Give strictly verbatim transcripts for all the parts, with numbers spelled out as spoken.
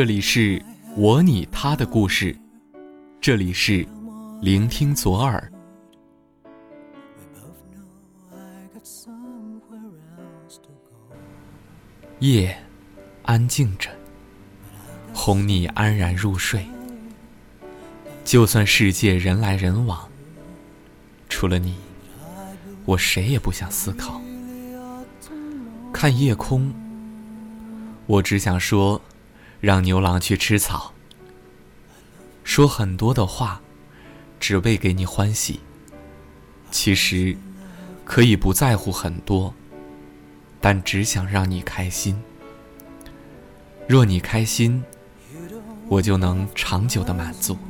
这里是我你他的故事，这里是聆听左耳。夜安静着，哄你安然入睡。就算世界人来人往，除了你，我谁也不想思考。看夜空，我只想说，让牛郎去吃草。说很多的话，只为给你欢喜。其实，可以不在乎很多，但只想让你开心。若你开心，我就能长久的满足。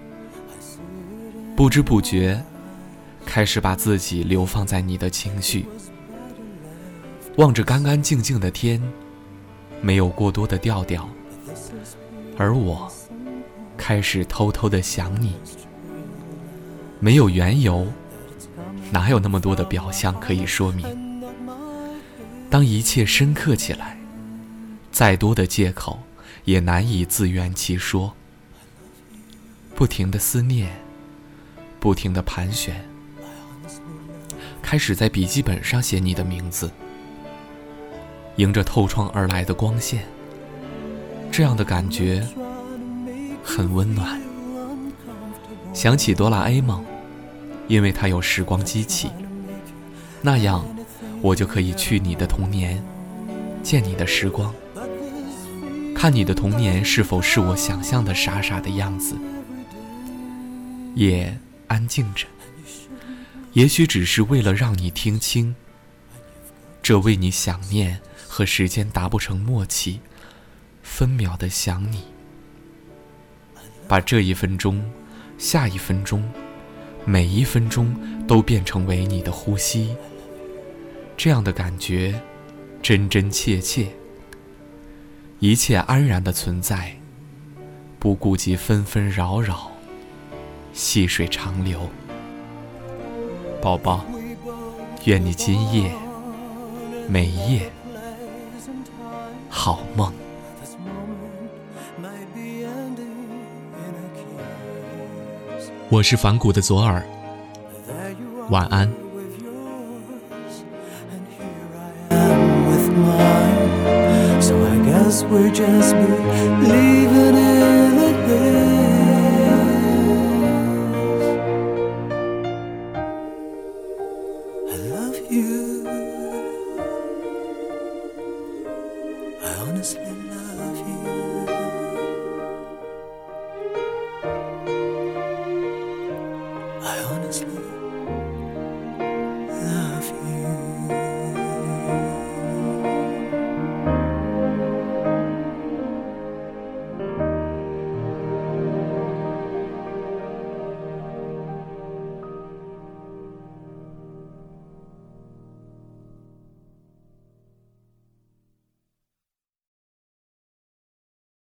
不知不觉，开始把自己流放在你的情绪，望着干干净净的天，没有过多的调调，而我开始偷偷的想你。没有缘由，哪有那么多的表象可以说明？当一切深刻起来，再多的借口也难以自圆其说。不停的思念，不停的盘旋，开始在笔记本上写你的名字。迎着透窗而来的光线，这样的感觉很温暖。想起哆啦 A 梦，因为它有时光机器，那样我就可以去你的童年，见你的时光，看你的童年是否是我想象的傻傻的样子。夜安静着，也许只是为了让你听清，这为你想念和时间达不成默契，分秒的想你。把这一分钟，下一分钟，每一分钟都变成为你的呼吸，这样的感觉真真切切。一切安然的存在，不顾及纷纷扰扰，细水长流。宝宝，愿你今夜每夜好梦。我是反骨的左耳，晚安。 So I guess we're just believing it.